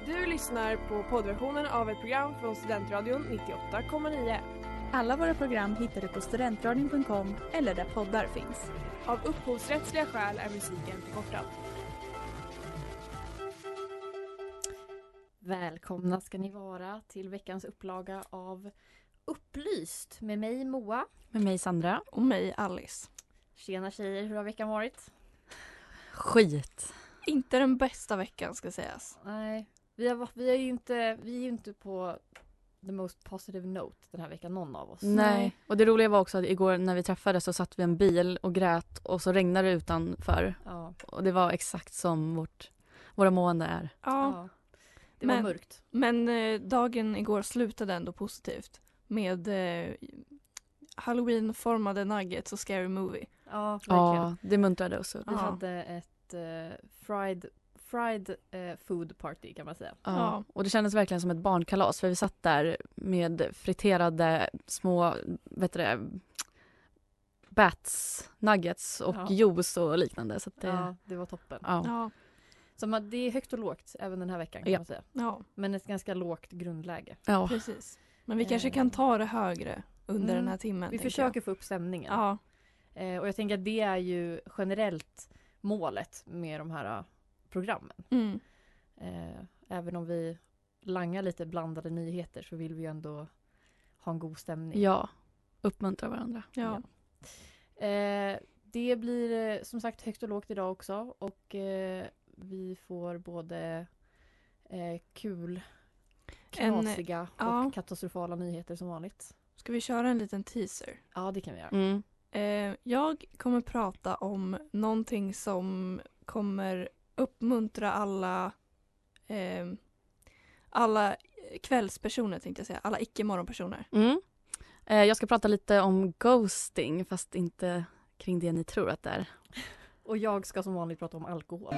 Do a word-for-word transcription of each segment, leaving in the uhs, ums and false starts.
Du lyssnar på poddversionen av ett program från Studentradion nittioåtta komma nio. Alla våra program hittar du på studentradion punkt com eller där poddar finns. Av upphovsrättsliga skäl är musiken förkortad. Välkomna ska ni vara till veckans upplaga av Upplyst med mig Moa. Med mig Sandra. Och mig Alice. Tjena tjejer, hur har veckan varit? Skit. Inte den bästa veckan ska sägas. Nej, vi, har, vi, är ju inte, vi är ju inte på the most positive note den här veckan, någon av oss. Nej, och det roliga var också att igår när vi träffades så satt vi i en bil och grät och så regnade det utanför. Ja. Och det var exakt som vårt, våra mående är. Ja, Ja. Det Men- var mörkt. men eh, dagen igår slutade ändå positivt. Med eh, Halloween-formade nuggets och Scary Movie. Ja, verkligen. Ja, det muntrade oss upp. Vi Ja. hade ett eh, fried, fried eh, food party kan man säga. Ja. Ja. Och det kändes verkligen som ett barnkalas för vi satt där med friterade små, vet du det, bats, nuggets och Ja. juice och liknande. Så att det, Ja, det var toppen. ja. Ja, Så man, det är högt och lågt även den här veckan kan Ja. man säga. ja, Men ett ganska lågt grundläge. Ja. precis. Men vi kanske Eh. kan ta det högre under Mm. den här timmen. Vi tänker försöker få upp stämningen. jag. Ja, Eh, och jag tänker att det är ju generellt målet med de här uh, programmen. mm. Eh, även om vi langar lite blandade nyheter så vill vi ju ändå ha en god stämning. ja, uppmuntra varandra. ja. Eh, det blir eh, som sagt högt och lågt idag också. Och eh, vi får både eh, kul, En- knasiga ja. och katastrofala nyheter som vanligt. Ska vi köra en liten teaser? Ja, det kan vi göra. Mm. Eh, jag kommer prata om någonting som kommer uppmuntra alla eh, alla kvällspersoner tänkte jag säga, alla icke-morgonpersoner. Mm. Eh, jag ska prata lite om ghosting fast inte kring det ni tror att det är. Och jag ska som vanligt prata om alkohol.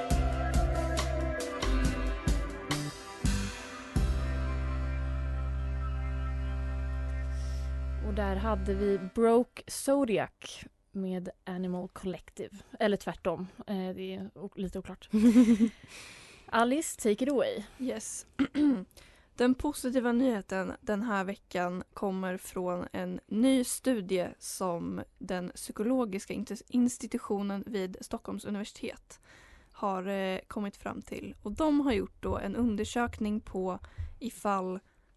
Och där hade vi Broke Zodiac med Animal Collective. Eller tvärtom. Eh, det är o- lite oklart. Alice, take it away. Yes. Den positiva nyheten den här veckan kommer från en ny studie som den psykologiska int- institutionen vid Stockholms universitet har eh, kommit fram till. Och de har gjort då en undersökning på ifall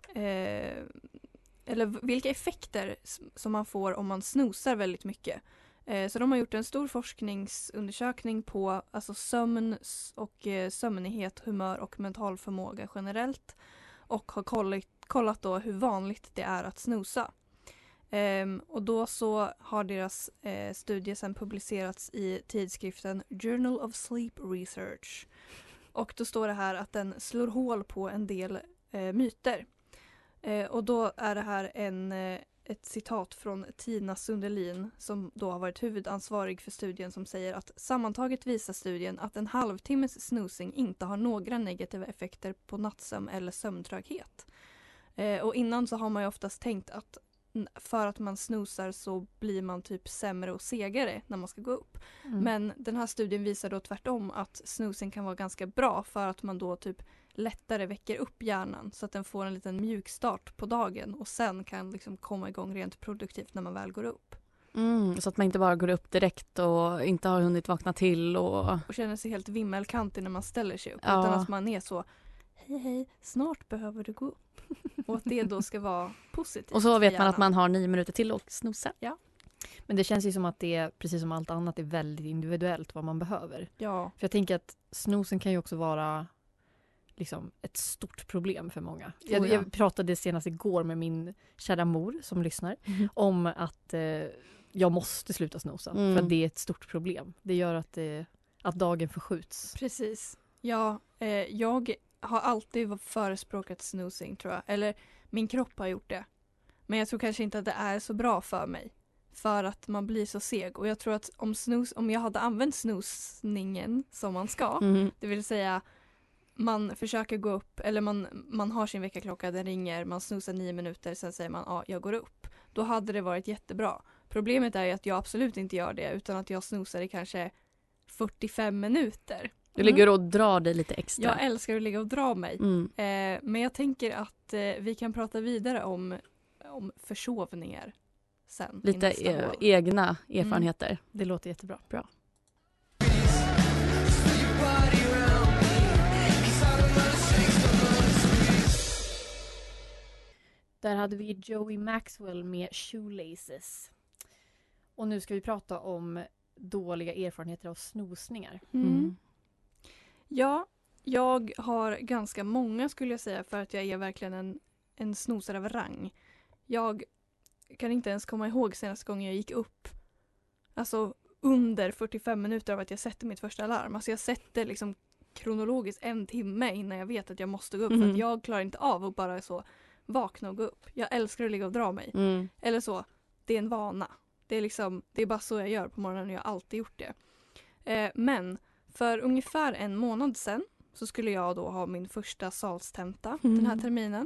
eh, eller v- vilka effekter s- som man får om man snosar väldigt mycket. Eh, så de har gjort en stor forskningsundersökning på alltså sömn s- och eh, sömnighet, humör och mental förmåga generellt. Och har kollat, kollat då hur vanligt det är att snosa. Ehm, och då så har deras eh, studie sen publicerats i tidskriften Journal of Sleep Research. Och då står det här att den slår hål på en del eh, myter. Eh, och då är det här en, eh, ett citat från Tina Sundelin som då har varit huvudansvarig för studien som säger att sammantaget visar studien att en halvtimmes snoozing inte har några negativa effekter på nattsömn eller sömntröghet. Eh, och innan så har man ju oftast tänkt att n- för att man snoozar så blir man typ sämre och segare när man ska gå upp. Mm. Men den här studien visar då tvärtom att snoozing kan vara ganska bra för att man då typ lättare väcker upp hjärnan så att den får en liten mjuk start på dagen och sen kan liksom komma igång rent produktivt när man väl går upp. Mm, så att man inte bara går upp direkt och inte har hunnit vakna till. Och... Och känner sig helt vimmelkantig när man ställer sig upp. Ja. Utan att man är så, hej hej, snart behöver du gå upp. Och att det då ska vara positivt. och så för vet man att hjärnan. man har nio minuter till att snosa. Men det känns ju som att det, precis som allt annat, är väldigt individuellt vad man behöver. Ja, För jag tänker att snosen kan ju också vara liksom ett stort problem för många. Jag, Oh ja. jag pratade senast igår med min kära mor som lyssnar om att eh, jag måste sluta snosa Mm. för att det är ett stort problem. Det gör att, det, att dagen förskjuts. precis. Ja, eh, jag har alltid förespråkat snoozing tror jag. Eller min kropp har gjort det. Men jag tror kanske inte att det är så bra för mig. För att man blir så seg. Och jag tror att om, snus, om jag hade använt snoozningen som man ska. Mm. Det vill säga man försöker gå upp, eller man, man har sin väckarklocka, den ringer, man snoozar nio minuter, sen säger man ja, jag går upp. Då hade det varit jättebra. Problemet är ju att jag absolut inte gör det, utan att jag snoozar i kanske fyrtiofem minuter. Du Mm. ligger och drar dig lite extra. Jag älskar att ligga och dra mig. Mm. Eh, men jag tänker att eh, vi kan prata vidare om, om försovningar sen. i Lite nästa e- mål. egna erfarenheter. Det låter jättebra. Bra. Där hade vi Joey Maxwell med Shoelaces. Och nu ska vi prata om dåliga erfarenheter av snosningar. Mm. Mm. Ja, jag har ganska många skulle jag säga för att jag är verkligen en, en snosare av rang. Jag kan inte ens komma ihåg senaste gången jag gick upp. Alltså under fyrtiofem minuter av att jag sätter mitt första alarm. Alltså jag sätter liksom kronologiskt en timme innan jag vet att jag måste gå upp. För Mhm. att jag klarar inte av att bara så vakna och gå upp. Jag älskar att ligga och dra mig. Mm. Eller så, det är en vana. Det är liksom, det är bara så jag gör på morgonen och jag har alltid gjort det. Eh, men för ungefär en månad sedan så skulle jag då ha min första salstenta Mm. den här terminen.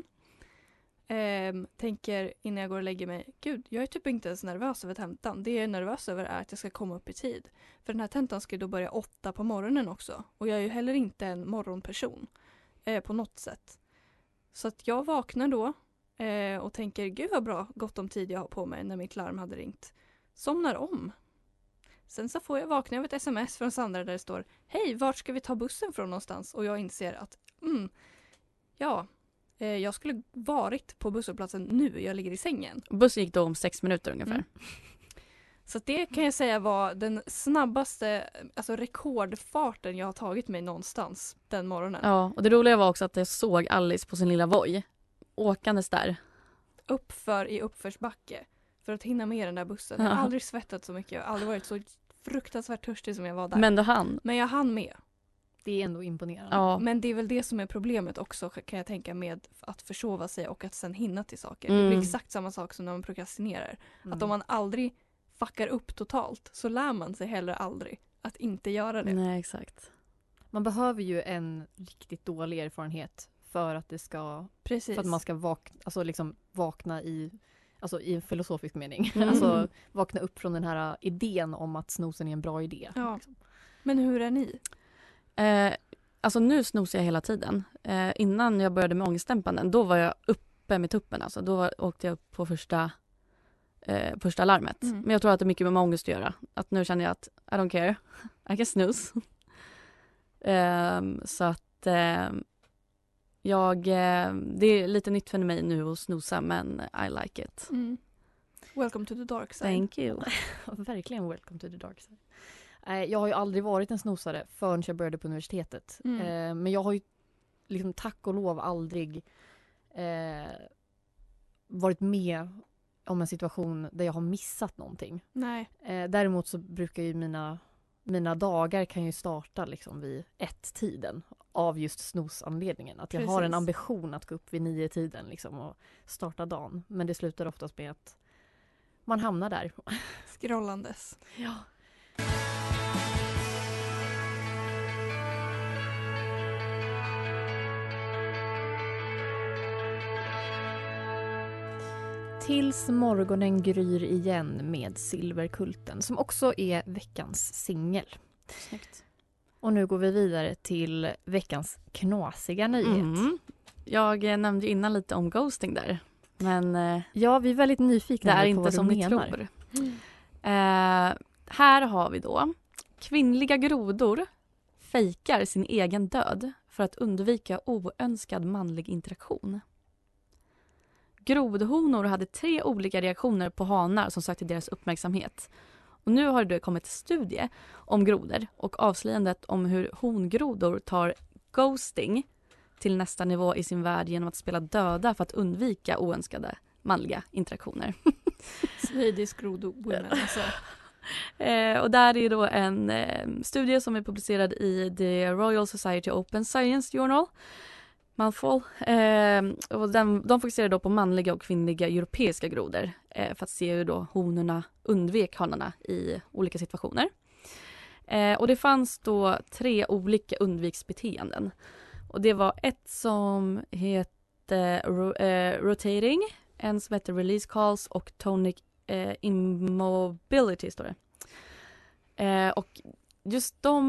Eh, tänker innan jag går och lägger mig, gud jag är typ inte ens nervös över tentan. Det jag är nervös över är att jag ska komma upp i tid. För den här tentan ska ju då börja åtta på morgonen också. Och jag är ju heller inte en morgonperson eh, på något sätt. Så att jag vaknar då eh, och tänker, gud vad bra gott om tid jag har på mig när mitt larm hade ringt. Somnar om. Sen så får jag vakna av ett sms från Sandra där det står, hej, vart ska vi ta bussen från någonstans? Och jag inser att, mm, ja, eh, jag skulle varit på busshållplatsen nu, jag ligger i sängen. Bussen gick då om sex minuter ungefär. Mm. Så att det kan jag säga var den snabbaste, alltså rekordfarten jag har tagit mig någonstans den morgonen. Ja, och det roliga var också att jag såg Alice på sin lilla Voi åkandes där. Uppför i uppförsbacke för att hinna med den där bussen. Jag har Ja. aldrig svettat så mycket, jag har aldrig varit så fruktansvärt törstig som jag var där. Men då han. Men jag hann med. Det är ändå imponerande. Ja. Men det är väl det som är problemet också kan jag tänka med att försova sig och att sen hinna till saker. Det Mm. blir exakt samma sak som när man prokrastinerar. Mm. Att om man aldrig fuckar upp totalt så lär man sig heller aldrig att inte göra det. Nej, exakt. Man behöver ju en riktigt dålig erfarenhet för att det ska Precis. för att man ska vakna, alltså liksom vakna i alltså i en filosofisk mening. Mm. Alltså vakna upp från den här idén om att snosen är en bra idé. Ja. Liksom. Men hur är ni? Eh, alltså nu snosar jag hela tiden. Eh, innan jag började med ångestdämpanden, då var jag uppe med tuppen. Alltså. Då var, åkte jag upp på första, eh, första alarmet. Mm. Men jag tror att det är mycket med ångest att göra. Att nu känner jag att I don't care. I can snooze. eh, så att eh, jag, eh, det är lite nytt för mig nu att snosa, men I like it. Mm. Welcome to the dark side. Thank you. Verkligen welcome to the dark side. Eh, Jag har ju aldrig varit en snosare förrän jag började på universitetet. Mm. Eh, Men jag har ju liksom tack och lov aldrig eh, varit med om en situation där jag har missat någonting. Nej. Eh, däremot så brukar ju mina, mina dagar kan ju starta liksom vid ett-tiden av just snosanledningen. Att jag har en Precis. ambition att gå upp vid nio-tiden liksom och starta dagen. Men det slutar oftast med att man hamnar där. Scrollandes. Ja. Tills morgonen gryr igen med Silverkulten som också är veckans singel. Snyggt. Och nu går vi vidare till veckans knasiga nyhet. Mm. Jag eh, nämnde ju innan lite om ghosting där. Men eh, Ja, vi är väldigt det nyfikna är på inte vad som du ni menar. tror. Eh, här har vi då kvinnliga grodor fejkar sin egen död för att undvika oönskad manlig interaktion. Grodhonor hade tre olika reaktioner på hanar som sökte deras uppmärksamhet. Och nu har det kommit en studie om grodor och avslöjandet om hur hongrodor tar ghosting till nästa nivå i sin värld genom att spela döda för att undvika oönskade manliga interaktioner. Swedish Grodo Women alltså. Eh, och där är då en eh, studie som är publicerad i The Royal Society Open Science Journal. Mouthful. Eh, och den, de fokuserar då på manliga och kvinnliga europeiska grodor eh, för att se hur då honorna undvek hanarna i olika situationer. Eh, och det fanns då tre olika undviksbeteenden. Och det var ett som hette ro, eh, rotating, en som hette release calls och tonic eh, immobility står det. Eh, och just de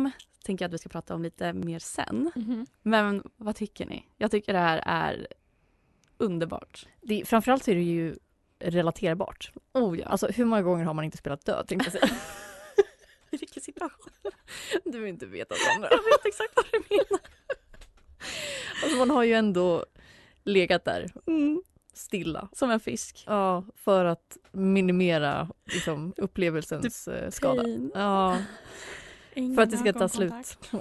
tänker jag att vi ska prata om lite mer sen. Mhm. Men vad tycker ni? Jag tycker det här är underbart. Det, framförallt så är det ju relaterbart. Oh ja. Alltså hur många gånger har man inte spelat död, tänkte jag säga. I vilken situation? Du vill inte veta Jag vet exakt vad du menar. Alltså man har ju ändå legat där Mm. stilla. Som en fisk. Ja, för att minimera liksom, upplevelsens eh, skada. Pain. Ja, Ingen för att det ska ta ögonkontakt. slut.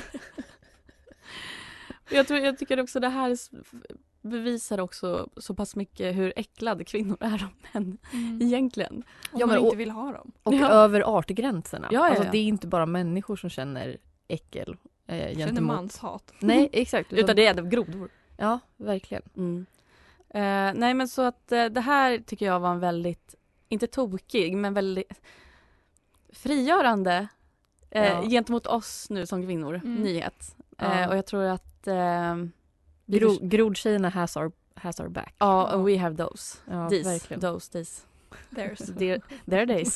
Jag, tror, jag tycker också det här s- bevisar också så pass mycket hur äcklade kvinnor är av män Mm. egentligen. Om Ja, man men- inte vill ha dem. Och Ja. över artgränserna. Ja, ja, Alltså, ja. det är inte bara människor som känner äckel eh, Känner gentemot... manshat. Nej, exakt. Utan det är grodor. Ja, verkligen. Mm. Eh, nej men så att eh, det här tycker jag var en väldigt, inte tokig, men väldigt frigörande eh, Ja. gentemot oss nu som kvinnor, Mm. nyhet. Ja. Eh, och jag tror att eh, vi Gro, förs- grodtjejerna has our, has our back. ja, and we have those. Ja, These, verkligen. those, these. There's. Their, their days.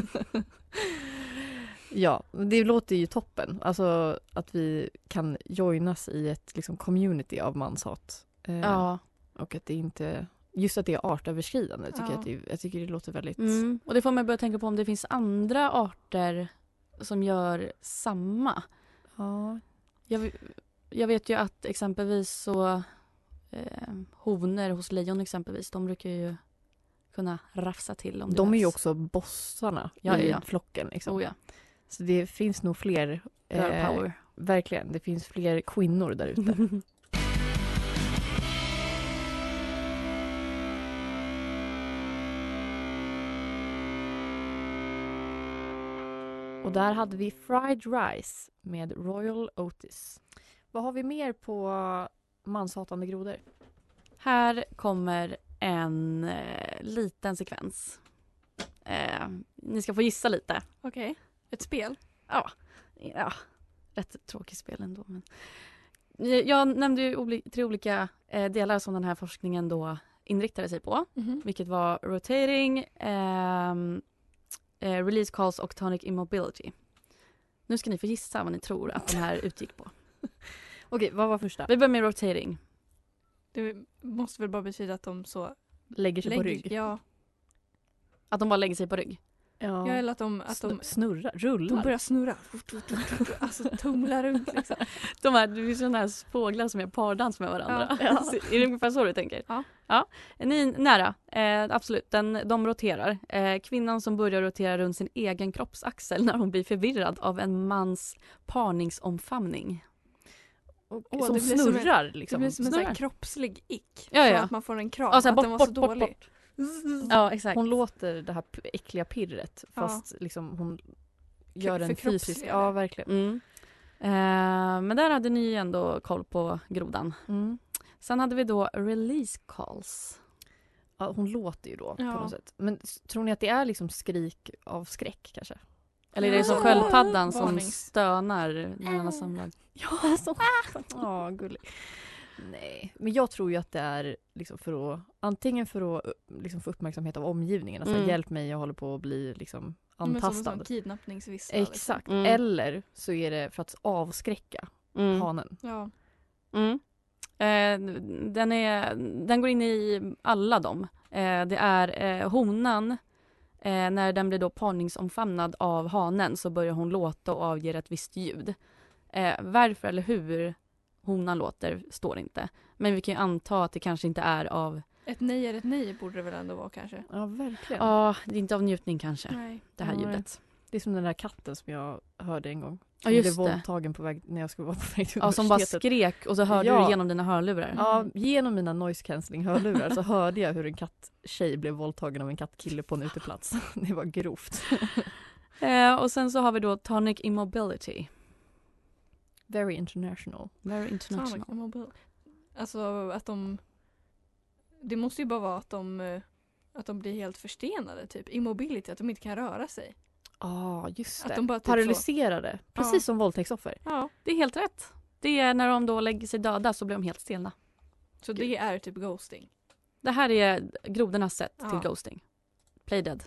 Ja, det låter ju toppen. Alltså att vi kan joinas i ett liksom, community av manshat. Eh, Ja. Och att det inte... Just att det är artöverskridande tycker Ja. jag, att det, jag tycker det låter väldigt... Mm. Och det får mig börja tänka på om det finns andra arter som gör samma. Ja. Jag, jag vet ju att exempelvis så eh, honor hos lejon exempelvis, de brukar ju kunna rafsa till om det De är ju behövs. också bossarna Ja, i ja, ja. flocken. Liksom. Oh ja, Så det finns nog fler... girl eh, power. Verkligen, det finns fler kvinnor där ute. Och där hade vi Fried Rice med Royal Otis. Vad har vi mer på manshatande grodor? Här kommer en eh, liten sekvens. Eh, ni ska få gissa lite. Okej. Ett spel. Ja, ja rätt tråkigt spel ändå. Men... Jag, jag nämnde ju oli- tre olika eh, delar som den här forskningen då inriktade sig på. Mhm. Vilket var rotating, ehm, eh, release calls och tonic immobility. Nu ska ni få gissa vad ni tror att den här utgick på. Okej, vad var första? Vi börjar med rotating. Det måste väl bara betyda att de så Lägger sig på rygg. Ja. Att de bara lägger sig på rygg. ja, eller att de, att de, Sn- snurrar, rullar. de börjar snurra. Alltså tumla runt liksom. De här, det är sådana här fåglar som gör pardans med varandra. Ja. Så är det ungefär så du tänker? Ja. ja. Ni är nära. Eh, absolut, Den, de roterar. Eh, kvinnan som börjar rotera runt sin egen kroppsaxel när hon blir förvirrad av en mans parningsomfamning. Och, Åh, som det blir som en- snurrar Det liksom. blir som en sån här Snurrar. kroppslig ick. Ja, Så ja. att man får en kram. Ja, så här, att bort, den var bort, så bort, dålig. bort. Ja, exakt. Hon låter det här p- äckliga pirret Ja. fast liksom hon gör en förkroppsligar fysisk... det. Ja, verkligen. Mm. Eh, men där hade ni ju ändå koll på grodan. Mm. Sen hade vi då release calls. Ja, hon låter ju då Ja. på något sätt. Men s- tror ni att det är liksom skrik av skräck kanske? Eller är det som Ja. sköldpaddan som Varnings. stönar när den har samlag? Ja, så. Ja, gulligt. Nej, men jag tror ju att det är liksom för att antingen för att liksom få uppmärksamhet av omgivningen. Alltså Mm. hjälp mig, jag håller på att bli liksom Men som en antastad. sån kidnappningsvissla. Exakt. Mm. Eller så är det för att avskräcka Mm. hanen. Liksom. Ja. Mm. Eh, den, är, den går in i alla dem. Eh, det är eh, honan. Eh, när den blir då parningsomfamnad av hanen så börjar hon låta och avger ett visst ljud. Eh, varför eller hur honan låter står inte. Men vi kan ju anta att det kanske inte är av... Ett nej är ett nej borde det väl ändå vara kanske. Ja, verkligen. Ja, det är inte av njutning kanske. Nej. Det här Nej. ljudet. Det är som den där katten som jag hörde en gång. Ja, Som just blev det. våldtagen på väg, när jag skulle vara på väg till Ja, som bara universitetet. skrek och så hörde Ja. du genom dina hörlurar. Ja, genom mina noise cancelling hörlurar så hörde jag hur en katttjej blev våldtagen av en kattkille på en uteplats. Det var grovt. Eh, och sen så har vi då tonic immobility. Very international. Very international. Sonic Mobile. Alltså att de... Det måste ju bara vara att de, eh, att de blir helt förstenade typ. Immobility, att de inte kan röra sig. Ja, ah, just Att det. de bara typ Paralyserade. Precis Ja. som våldtäktsoffer. Ja, Det är helt rätt. Det är när de då lägger sig döda så blir de helt stelna. så det är typ ghosting. Det här är grodornas sätt Ja. till ghosting. Play dead.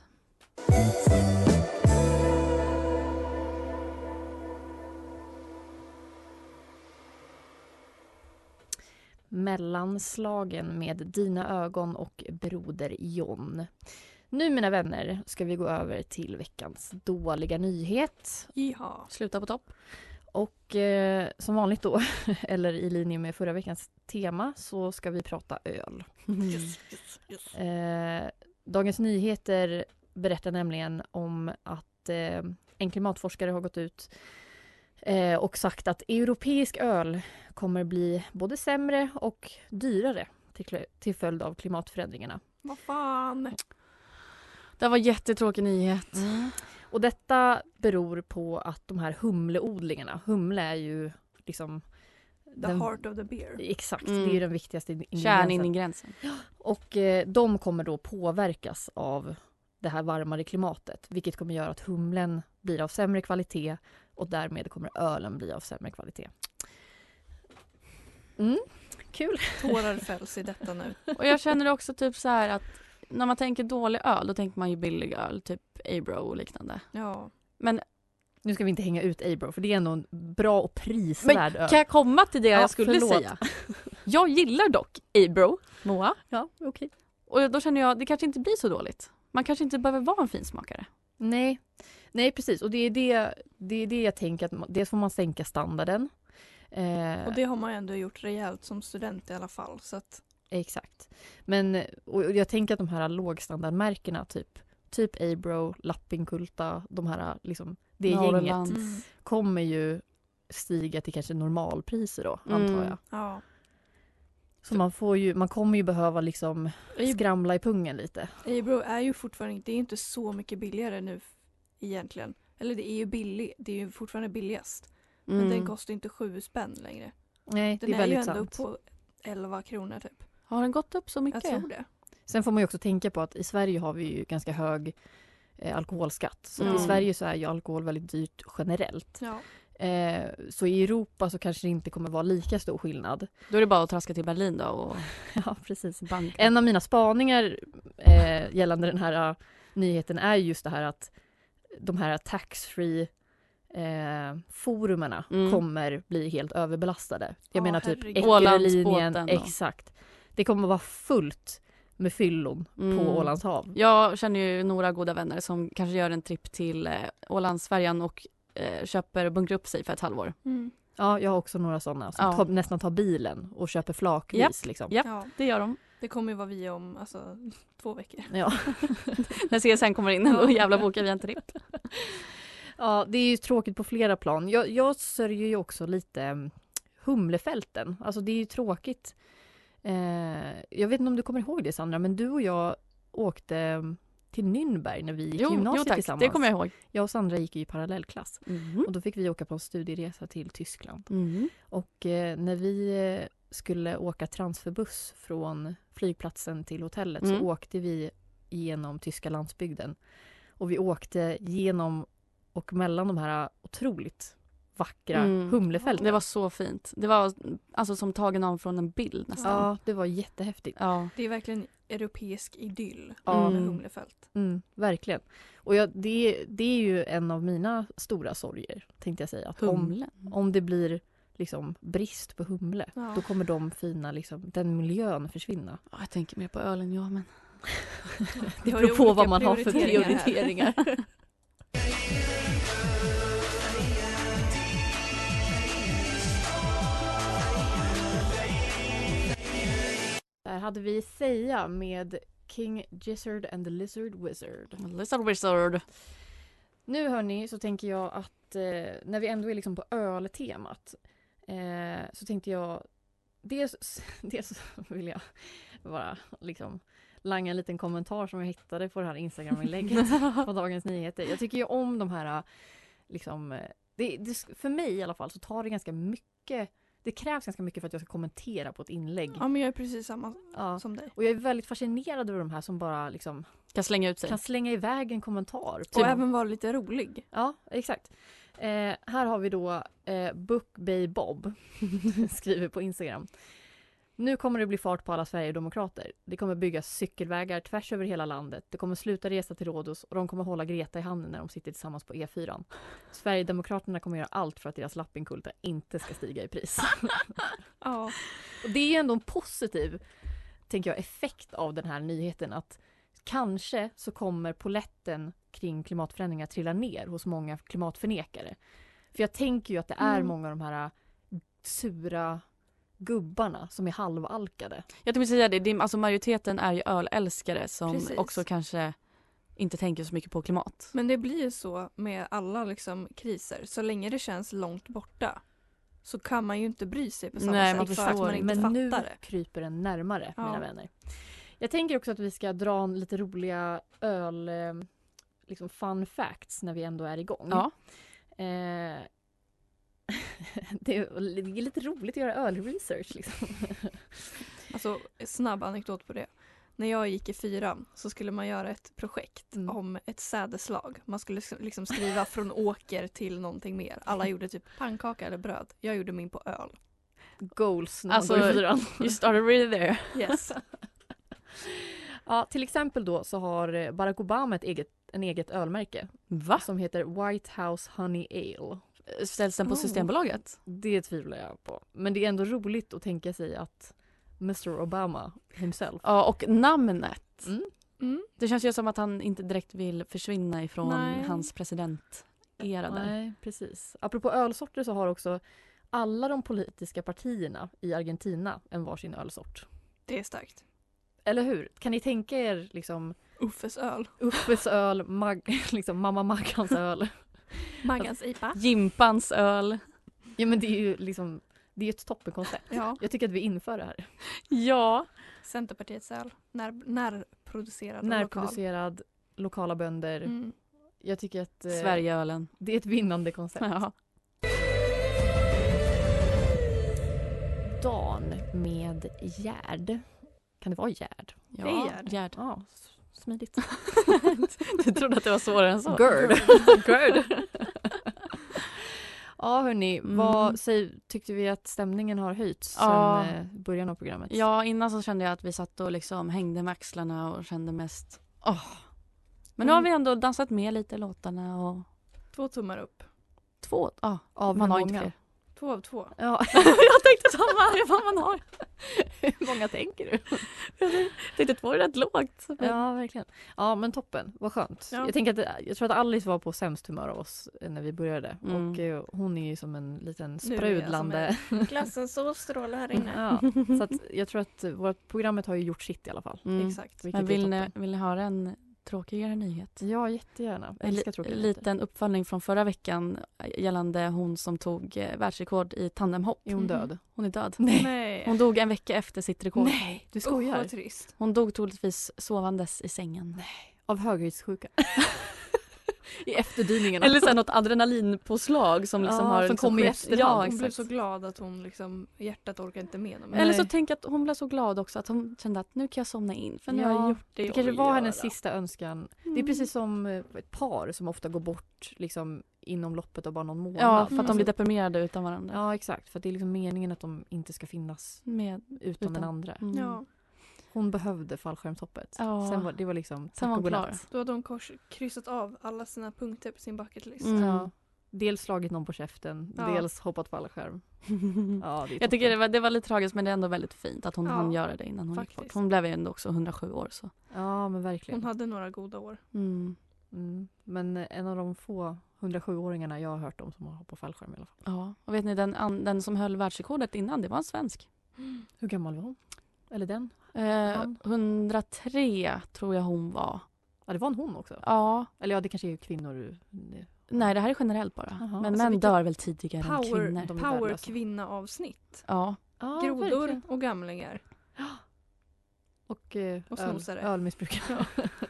Mellanslagen med Dina ögon och Broder John. Nu mina vänner ska vi gå över till veckans dåliga nyhet. Ja. Sluta på topp. Och eh, som vanligt då, eller i linje med förra veckans tema, så ska vi prata öl. Yes, yes, yes. Eh, Dagens Nyheter berättar nämligen om att eh, en klimatforskare har gått ut eh, och sagt att europeisk öl kommer bli både sämre och dyrare till, till följd av klimatförändringarna. Vad fan. Det var jättetråkig nyhet. Mm. Och detta beror på att de här humleodlingarna, humle är ju liksom The den, heart of the beer. exakt, Mm. det är ju den viktigaste ingrediensen. Kärningrediensen. Och eh, de kommer då påverkas av det här varmare klimatet, vilket kommer göra att humlen blir av sämre kvalitet och därmed kommer ölen bli av sämre kvalitet. Mm, kul. Tårar fälls i detta nu. Och jag känner också typ så här att när man tänker dålig öl, då tänker man ju billig öl, typ Abro och liknande. Ja. Men Nu ska vi inte hänga ut Abro, för det är ändå en bra och prisvärd öl. kan jag komma till det Ja, jag skulle förlåt. säga? Jag gillar dock Abro, Moa. Ja, okej. Okay. Och då känner jag, det kanske inte blir så dåligt. Man kanske inte behöver vara en finsmakare. Nej. Nej, precis. Och det är det, det, är det jag tänker att man, dels får man sänka standarden. Eh, Och det har man ändå gjort rejält som student i alla fall. Så att, Exakt. Men och jag tänker att de här lågstandardmärkena typ typ Abro, Lappinkulta, de här liksom det Norrland. gänget mm. kommer ju stiga till kanske normalpriser då, Mm. antar jag. ja. Så man får ju man kommer ju behöva liksom skramla i pungen lite. Abro är ju fortfarande, det är inte så mycket billigare nu egentligen. Eller det är ju billig, det är ju fortfarande billigast. Men Mm. den kostar inte sju spänn längre. Nej, Den det är är, ju väldigt ändå sant. på elva kronor typ. Har den gått upp så Jag mycket? tror det. Sen får man ju också tänka på att i Sverige har vi ju ganska hög eh, alkoholskatt. Så Mm. i Sverige så är ju alkohol väldigt dyrt generellt. Ja. Eh, så i Europa så kanske det inte kommer vara lika stor skillnad. Då är det bara att traska till Berlin då och Ja, precis. banka. En av mina spaningar eh, gällande den här uh, nyheten är just det här att de här tax-free eh, forumerna Mm. kommer bli helt överbelastade. Jag Ja, menar typ herregud. Eckerölinjen, Ålandsbåten och- exakt. Det kommer vara fullt med fyllon Mm. på Ålands hav. Jag känner ju några goda vänner som kanske gör en tripp till eh, Ålandsfärjan och eh, köper bunkrar upp sig för ett halvår. Mm. Ja, jag har också några sådana som Ja. tar, nästan tar bilen och köper flakvis. Japp. Liksom. Japp. Ja. Det gör de. Det kommer ju vara vi om alltså, två veckor. Ja. När C S N kommer in och Ja. jävla bokar vi en tripp. Ja, det är ju tråkigt på flera plan. Jag, jag sörjer ju också lite um, humlefälten. Alltså det är ju tråkigt. Eh, jag vet inte om du kommer ihåg det, Sandra, men du och jag åkte um, till Nürnberg när vi gick Jo, gymnasiet jo tack, tillsammans. det kommer jag ihåg. Jag och Sandra gick ju i parallellklass. Mm. Och då fick vi åka på en studieresa till Tyskland. Mm. Och eh, när vi eh, skulle åka transferbuss från flygplatsen till hotellet Mm. så åkte vi genom tyska landsbygden. Och vi åkte genom och mellan de här otroligt vackra Mm. humlefälten. Det var så fint. Det var alltså som tagen av från en bild nästan. Ja, det var jättehäftigt. Ja. Det är verkligen europeisk idyll Ja. med Mm. humlefält. Mm, verkligen. Och jag, det, det är ju en av mina stora sorger, tänkte jag säga. Att om, Humlen. om det blir liksom brist på humle, Ja. då kommer de fina, liksom, den miljön försvinna. Ja, jag tänker mer på ölen, ja men. Det Vi har ju beror på olika vad man har för prioriteringar här. prioriteringar. Där hade vi Säga med King Gizzard and the Lizard Wizard. Lizard Wizard. Nu hörni så tänker jag att eh, när vi ändå är liksom på öltemat eh, så tänkte jag dels, dels vill jag bara liksom langa en liten kommentar som jag hittade på det här Instagram-inlägget på Dagens Nyheter. Jag tycker ju om de här liksom, det, det, för mig i alla fall så tar det ganska mycket, det krävs ganska mycket för att jag ska kommentera på ett inlägg. Ja, men jag är precis samma Ja. som dig. Och jag är väldigt fascinerad över de här som bara liksom Kan slänga ut sig. kan slänga iväg en kommentar. Och även vara lite rolig. Ja, exakt. Eh, här har vi då eh, Bookbay Bob skriver på Instagram. Nu kommer det bli fart på alla Sverigedemokrater. Det kommer byggas cykelvägar tvärs över hela landet. Det kommer sluta resa till Rhodos och de kommer hålla Greta i handen när de sitter tillsammans på E fyra. Sverigedemokraterna kommer göra allt för att deras lappinkulta inte ska stiga i pris. Ja. Och det är ändå en positiv, tänker jag, effekt av den här nyheten, att kanske så kommer poletten kring klimatförändringar trilla ner hos många klimatförnekare. För jag tänker ju att det är Mm. många av de här sura gubbarna som är halvalkade. Jag tänkte säga det, det är, alltså majoriteten är ju ölälskare som Precis. också kanske inte tänker så mycket på klimat. Men det blir ju så med alla liksom kriser. Så länge det känns långt borta så kan man ju inte bry sig på samma Nej, sätt man för förstår. att man inte Men fattar nu det. kryper den närmare, Ja. mina vänner. Jag tänker också att vi ska dra en lite roliga öl, eh, liksom fun facts när vi ändå är igång. Ja. Eh, det är lite roligt att göra ölresearch liksom. Alltså snabb anekdot på det. När jag gick i fyran så skulle man göra ett projekt Mm. om ett sädeslag. Man skulle liksom skriva från åker till någonting mer. Alla gjorde typ pannkaka eller bröd. Jag gjorde min på öl. Goals när man Alltså, går i fyran. You started really there. Yes. Ja, till exempel då så har Barack Obama ett eget, en eget ölmärke Va? som heter White House Honey Ale. Ställs den på Oh. Systembolaget? Det tvivlar jag på. Men det är ändå roligt att tänka sig att mister Obama himself. Ja, och namnet. Mm. Mm. Det känns ju som att han inte direkt vill försvinna ifrån Nej. hans presidentera där. Nej, precis. Apropå ölsorter så har också alla de politiska partierna i Argentina en varsin ölsort. Det är starkt. Eller hur? Kan ni tänka er liksom Uffes öl. Uffes öl, Mag, liksom mamma Maggans öl? Maggans I P A. Jimpans öl. Ja, men det är ju liksom, det är ett toppenkoncept. Ja. Jag tycker att vi inför det här. Ja. Centerpartiets öl. När, närproducerad och lokal. Närproducerad, lokala bönder. Mm. Jag tycker att eh, Sverigeölen. det är ett vinnande koncept. Ja. Dan med Gärd. Kan det vara Gärd? Ja, Det är Gärd. Gärd. Ja, s- smidigt. Du trodde att det var svårare än så? Gird. Gird. Ja, hörni. Mm. Vad säg, tyckte vi att stämningen har höjts Ja. sen eh, början av programmet? Ja, innan så kände jag att vi satt och liksom hängde med axlarna och kände mest åh. Men nu har vi ändå dansat med lite i låtarna och Två tummar upp. två, ja, Av man hur har inte många? fler. Två av två. Ja. Jag tänkte samma, hur fan man har. Hur många tänker du? Jag tänkte två är rätt lågt. Ja, verkligen. Ja, men toppen. Vad skönt. Ja. Jag tänker att jag tror att Alice var på sämst humör av oss när vi började. Mm. Och eh, hon är ju som en liten Nu är jag sprudlande. Glassen så strålar här inne. Ja, så att jag tror att vårt programmet har ju gjort sitt i alla fall. Mm. Exakt. Vilket Men vill är ni, toppen. vill ni höra en tråkigare nyhet? Ja, jättegärna. Jag En älskar li- tråkiga nyheter. liten uppföljning från förra veckan gällande hon som tog eh, världsrekord i tandemhopp. Är hon död? Hon är död. Nej. Hon dog en vecka efter sitt rekord. Nej, du Usch, skojar. vad trist. Hon dog troligtvis sovandes i sängen. Av höghöjdssjuka. I efterdyningarna. Eller så här något adrenalinpåslag som liksom Ja, har som liksom kom i skett- efterhand. Ja, Hon exakt. blev så glad att hon liksom, hjärtat orkar inte med dem. Nej. Eller så tänk att hon blev så glad också att hon kände att nu kan jag somna in för nu har Ja, jag gjort det Det jag kanske vill var hennes göra. sista önskan. Det är Mm. precis som eh, ett par som ofta går bort liksom, inom loppet av bara någon månad. Ja, för att de Alltså, blir deprimerade utan varandra. Ja, exakt. För att det är liksom meningen att de inte ska finnas Med, utan, Utan. den andra. mm. Ja, Hon behövde fallskärmshoppet. Ja. Sen var det var liksom tack Sen var och hon godnatt. då hade hon kors, kryssat av alla sina punkter på sin bucketlist. Mm. Ja. Dels slagit någon på käften, Ja. dels hoppat fallskärm. Ja, det är Jag tycker toppen. det var, det var lite tragiskt men det är ändå väldigt fint att hon Ja, hann göra det innan hon gick faktiskt. bort. Hon blev ju ändå också hundrasju år så. Ja, men verkligen. Hon hade några goda år. Mm. Mm. Men eh, en av de få hundrasju-åringarna jag har hört om som har hoppat fallskärm i alla fall. Ja, och vet ni den, an- den som höll världsrekordet innan det var en svensk. Hur gammal var hon? Eller den? Eh, Han. hundratre tror jag hon var. Ja, det var en hon också. Ja, Eller ja, det kanske är kvinnor. nej det här är generellt bara. Jaha. Men Alltså, män vilket dör väl tidigare än Power, kvinnor. De är power värdelösa. kvinna-avsnitt. Ja, Ja, Grodor verkligen. och gamlingar. Och, eh, Och öl, snosare. ölmissbrukare.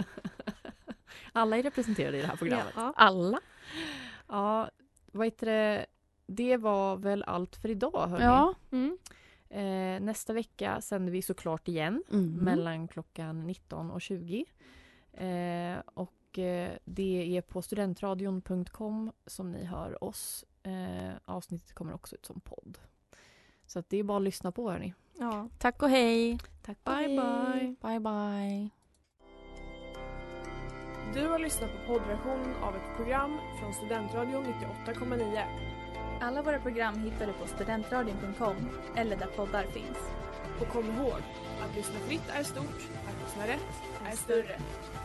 Alla är representerade i det här programmet. Ja. alla. Ja, vad heter det? Det var väl allt för idag, hörni. Ja. Mm. Eh, nästa vecka sänder vi såklart igen. Mm. Mellan klockan nitton och tjugo. Eh, och eh, det är på studentradion punkt com som ni hör oss. Eh, avsnittet kommer också ut som podd. Så att det är bara att lyssna på, hörni. Ja. Tack och hej. Tack och Bye hej. bye. Bye bye. Du har lyssnat på poddversion av ett program från Studentradion nittioåtta komma nio. Alla våra program hittar du på studentradion punkt com eller där poddar finns. Och kom ihåg, att lyssna fritt är stort, att lyssna rätt är större.